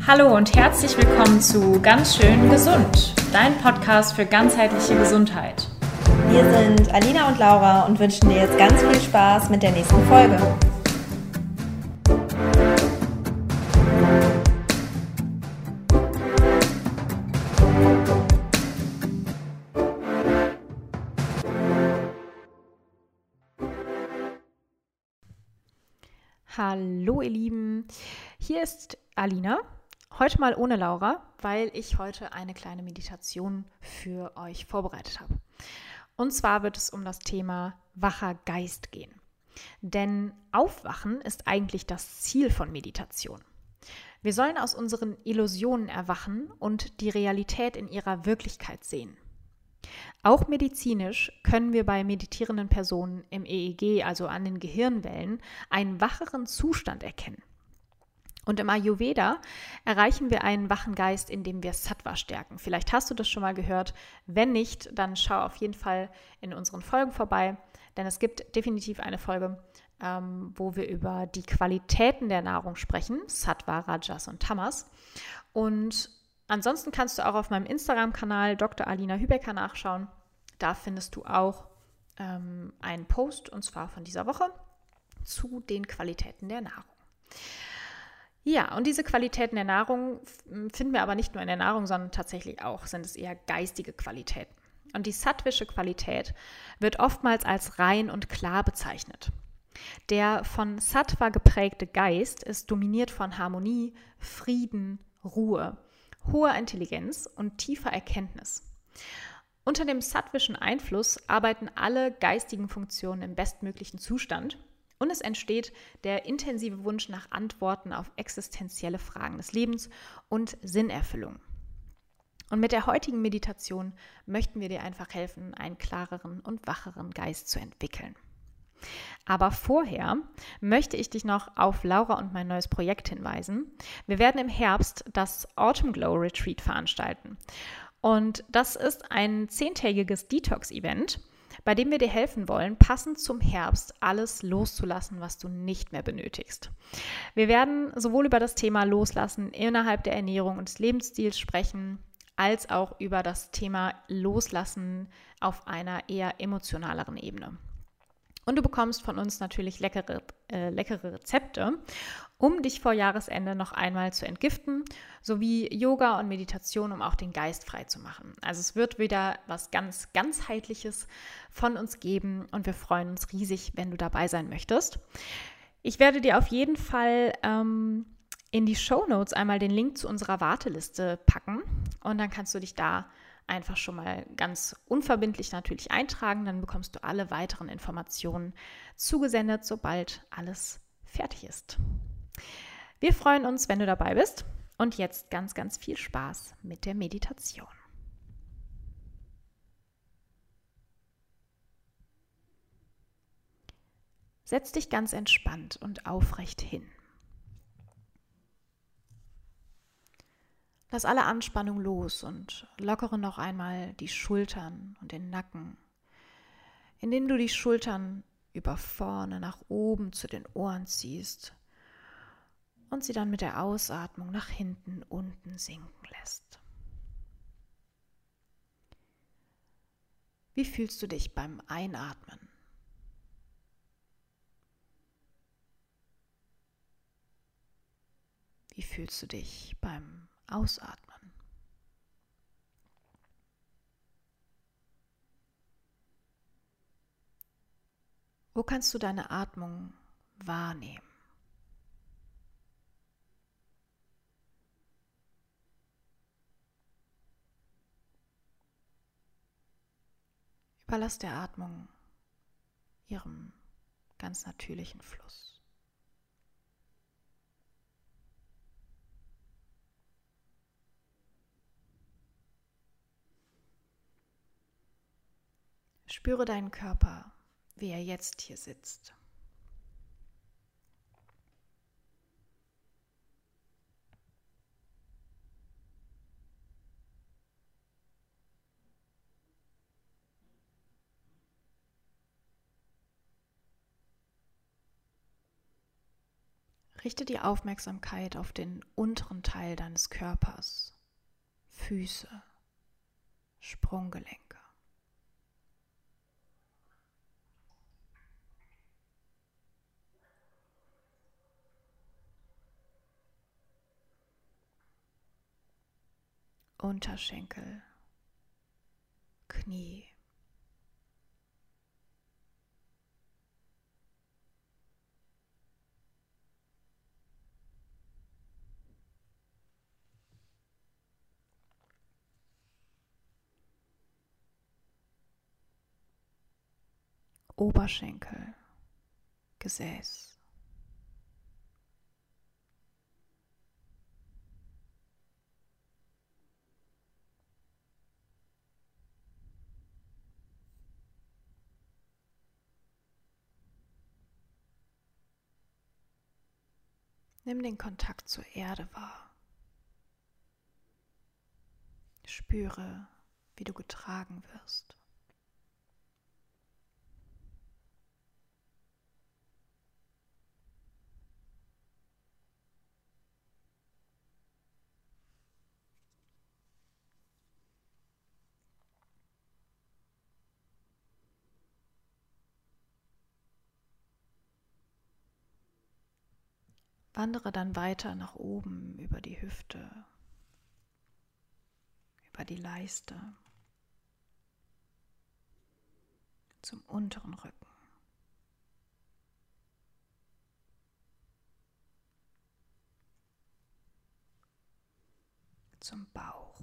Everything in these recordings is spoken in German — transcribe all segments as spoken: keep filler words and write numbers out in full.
Hallo und herzlich willkommen zu Ganz schön gesund, dein Podcast für ganzheitliche Gesundheit. Wir sind Alina und Laura und wünschen dir jetzt ganz viel Spaß mit der nächsten Folge. Hallo ihr Lieben, hier ist Alina, heute mal ohne Laura, weil ich heute eine kleine Meditation für euch vorbereitet habe. Und zwar wird es um das Thema wacher Geist gehen. Denn Aufwachen ist eigentlich das Ziel von Meditation. Wir sollen aus unseren Illusionen erwachen und die Realität in ihrer Wirklichkeit sehen. Auch medizinisch können wir bei meditierenden Personen im E E G, also an den Gehirnwellen, einen wacheren Zustand erkennen. Und im Ayurveda erreichen wir einen wachen Geist, indem wir Sattva stärken. Vielleicht hast du das schon mal gehört. Wenn nicht, dann schau auf jeden Fall in unseren Folgen vorbei, denn es gibt definitiv eine Folge, ähm, wo wir über die Qualitäten der Nahrung sprechen, Sattva, Rajas und Tamas. Und ansonsten kannst du auch auf meinem Instagram-Kanal Doktor Alina Hübecker nachschauen. Da findest du auch ähm, einen Post, und zwar von dieser Woche, zu den Qualitäten der Nahrung. Ja, und diese Qualitäten der Nahrung finden wir aber nicht nur in der Nahrung, sondern tatsächlich auch sind es eher geistige Qualitäten. Und die sattwische Qualität wird oftmals als rein und klar bezeichnet. Der von Sattva geprägte Geist ist dominiert von Harmonie, Frieden, Ruhe, hoher Intelligenz und tiefer Erkenntnis. Unter dem sattwischen Einfluss arbeiten alle geistigen Funktionen im bestmöglichen Zustand und es entsteht der intensive Wunsch nach Antworten auf existenzielle Fragen des Lebens und Sinnerfüllung. Und mit der heutigen Meditation möchten wir dir einfach helfen, einen klareren und wacheren Geist zu entwickeln. Aber vorher möchte ich dich noch auf Laura und mein neues Projekt hinweisen. Wir werden im Herbst das Autumn Glow Retreat veranstalten. Und das ist ein zehntägiges Detox-Event, bei dem wir dir helfen wollen, passend zum Herbst alles loszulassen, was du nicht mehr benötigst. Wir werden sowohl über das Thema Loslassen innerhalb der Ernährung und des Lebensstils sprechen, als auch über das Thema Loslassen auf einer eher emotionaleren Ebene. Und du bekommst von uns natürlich leckere, äh, leckere Rezepte, um dich vor Jahresende noch einmal zu entgiften, sowie Yoga und Meditation, um auch den Geist frei zu machen. Also es wird wieder was ganz ganzheitliches von uns geben und wir freuen uns riesig, wenn du dabei sein möchtest. Ich werde dir auf jeden Fall ähm, in die Shownotes einmal den Link zu unserer Warteliste packen und dann kannst du dich da einfach schon mal ganz unverbindlich natürlich eintragen, dann bekommst du alle weiteren Informationen zugesendet, sobald alles fertig ist. Wir freuen uns, wenn du dabei bist und jetzt ganz, ganz viel Spaß mit der Meditation. Setz dich ganz entspannt und aufrecht hin. Lass alle Anspannung los und lockere noch einmal die Schultern und den Nacken, indem du die Schultern über vorne nach oben zu den Ohren ziehst und sie dann mit der Ausatmung nach hinten unten sinken lässt. Wie fühlst du dich beim Einatmen? Wie fühlst du dich beim Ausatmen? Wo kannst du deine Atmung wahrnehmen? Überlass der Atmung ihrem ganz natürlichen Fluss. Spüre deinen Körper, wie er jetzt hier sitzt. Richte die Aufmerksamkeit auf den unteren Teil deines Körpers, Füße, Sprunggelenke. Unterschenkel, Knie. Oberschenkel, Gesäß. Nimm den Kontakt zur Erde wahr. Spüre, wie du getragen wirst. Wandere dann weiter nach oben über die Hüfte, über die Leiste, zum unteren Rücken. Zum Bauch.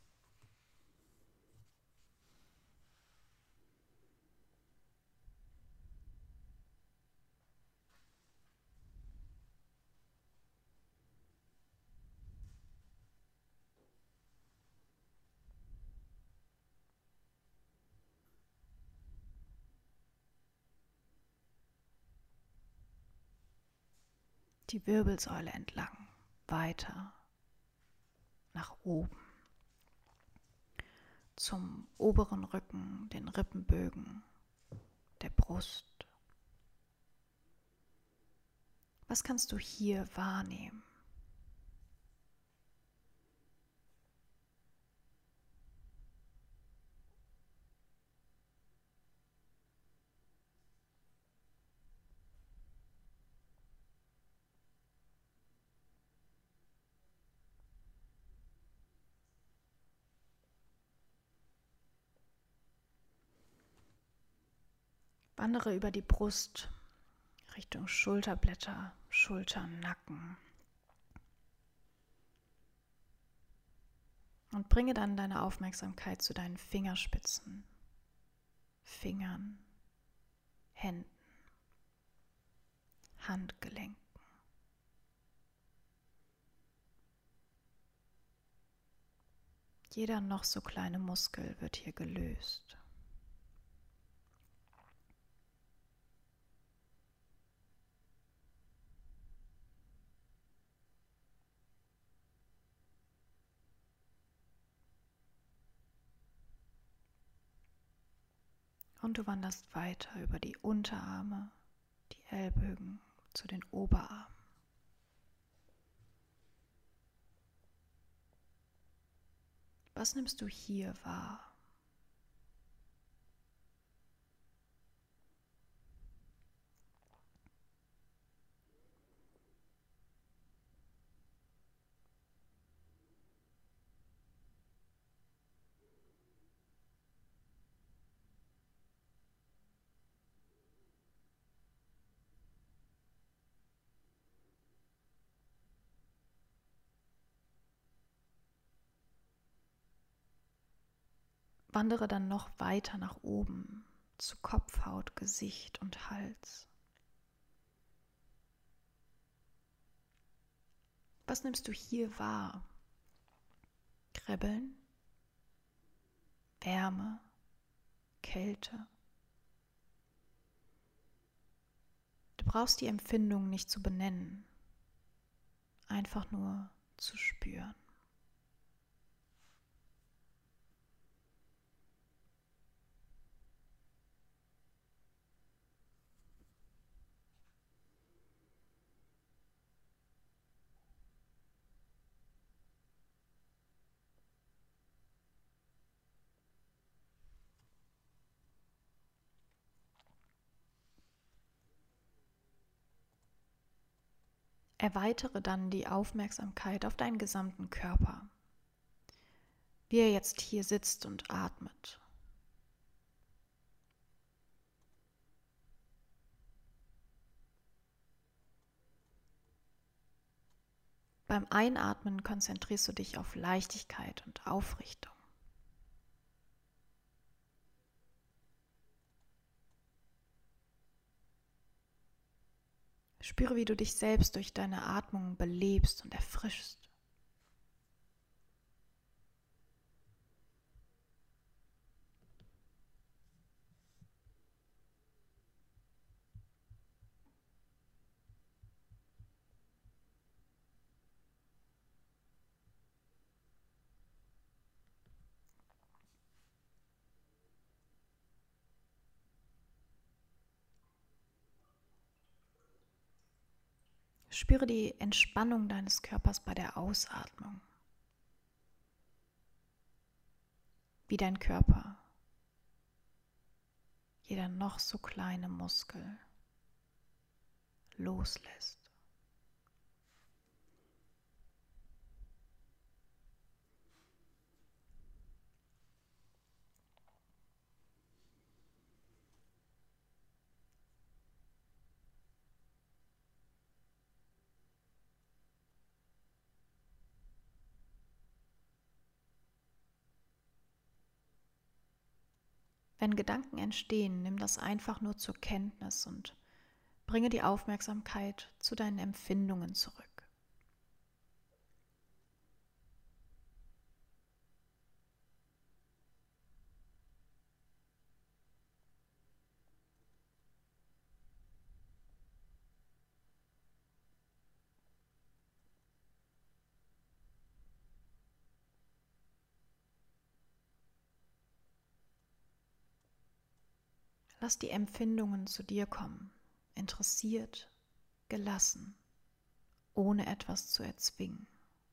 Die Wirbelsäule entlang, weiter nach oben, zum oberen Rücken, den Rippenbögen, der Brust. Was kannst du hier wahrnehmen? Wandere über die Brust Richtung Schulterblätter, Schultern, Nacken. Und bringe dann deine Aufmerksamkeit zu deinen Fingerspitzen, Fingern, Händen, Handgelenken. Jeder noch so kleine Muskel wird hier gelöst. Und du wanderst weiter über die Unterarme, die Ellbogen zu den Oberarmen. Was nimmst du hier wahr? Wandere dann noch weiter nach oben zu Kopfhaut, Gesicht und Hals. Was nimmst du hier wahr? Kribbeln, Wärme, Kälte. Du brauchst die Empfindung nicht zu benennen, einfach nur zu spüren. Erweitere dann die Aufmerksamkeit auf deinen gesamten Körper, wie er jetzt hier sitzt und atmet. Beim Einatmen konzentrierst du dich auf Leichtigkeit und Aufrichtung. Spüre, wie du dich selbst durch deine Atmung belebst und erfrischst. Spüre die Entspannung deines Körpers bei der Ausatmung. Wie dein Körper, jeder noch so kleine Muskel loslässt. Wenn Gedanken entstehen, nimm das einfach nur zur Kenntnis und bringe die Aufmerksamkeit zu deinen Empfindungen zurück. Lass die Empfindungen zu dir kommen, interessiert, gelassen, ohne etwas zu erzwingen.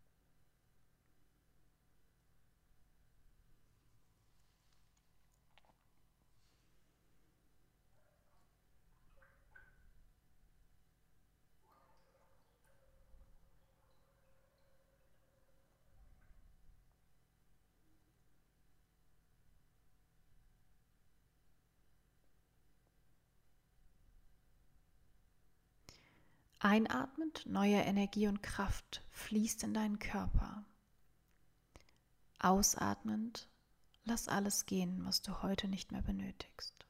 Einatmend, neue Energie und Kraft fließt in deinen Körper. Ausatmend, lass alles gehen, was du heute nicht mehr benötigst.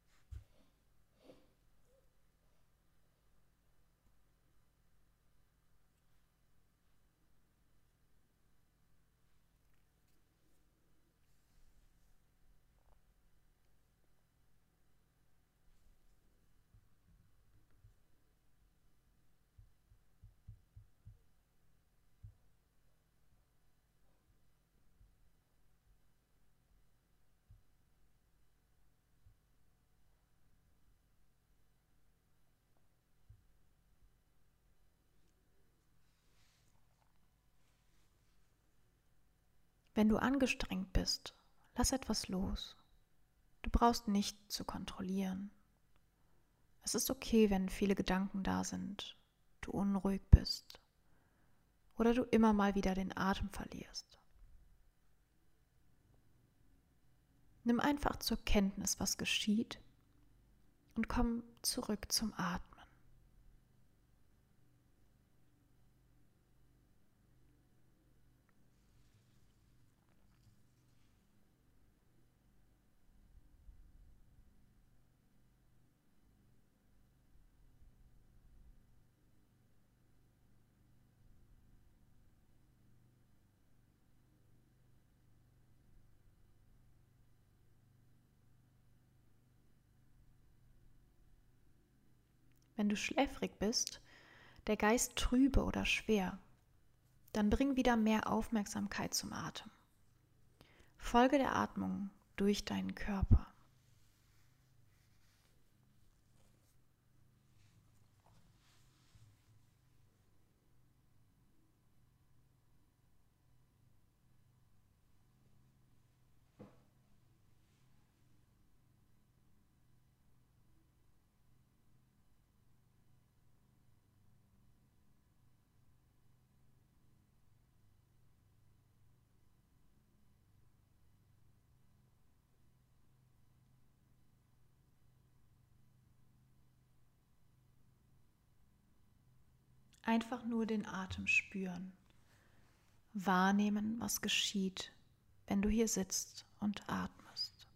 Wenn du angestrengt bist, lass etwas los. Du brauchst nicht zu kontrollieren. Es ist okay, wenn viele Gedanken da sind, du unruhig bist oder du immer mal wieder den Atem verlierst. Nimm einfach zur Kenntnis, was geschieht, und komm zurück zum Atmen. Wenn du schläfrig bist, der Geist trübe oder schwer, dann bring wieder mehr Aufmerksamkeit zum Atem. Folge der Atmung durch deinen Körper. Einfach nur den Atem spüren. Wahrnehmen, was geschieht, wenn du hier sitzt und atmest.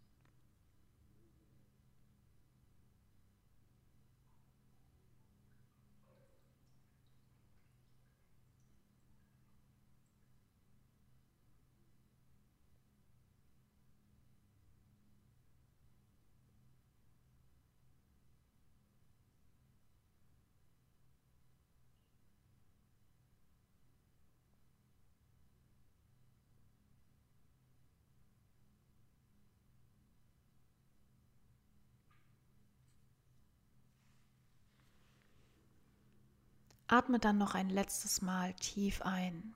Atme dann noch ein letztes Mal tief ein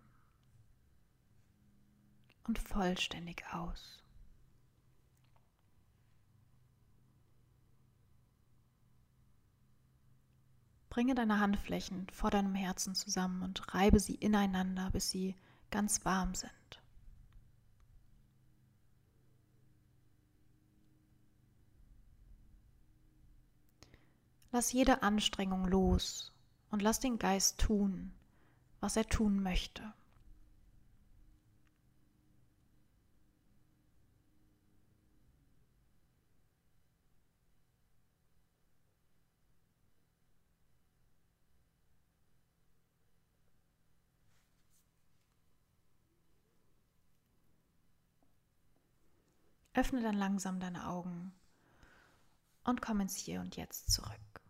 und vollständig aus. Bringe deine Handflächen vor deinem Herzen zusammen und reibe sie ineinander, bis sie ganz warm sind. Lass jede Anstrengung los und lass den Geist tun, was er tun möchte. Öffne dann langsam deine Augen und komm ins Hier und Jetzt zurück.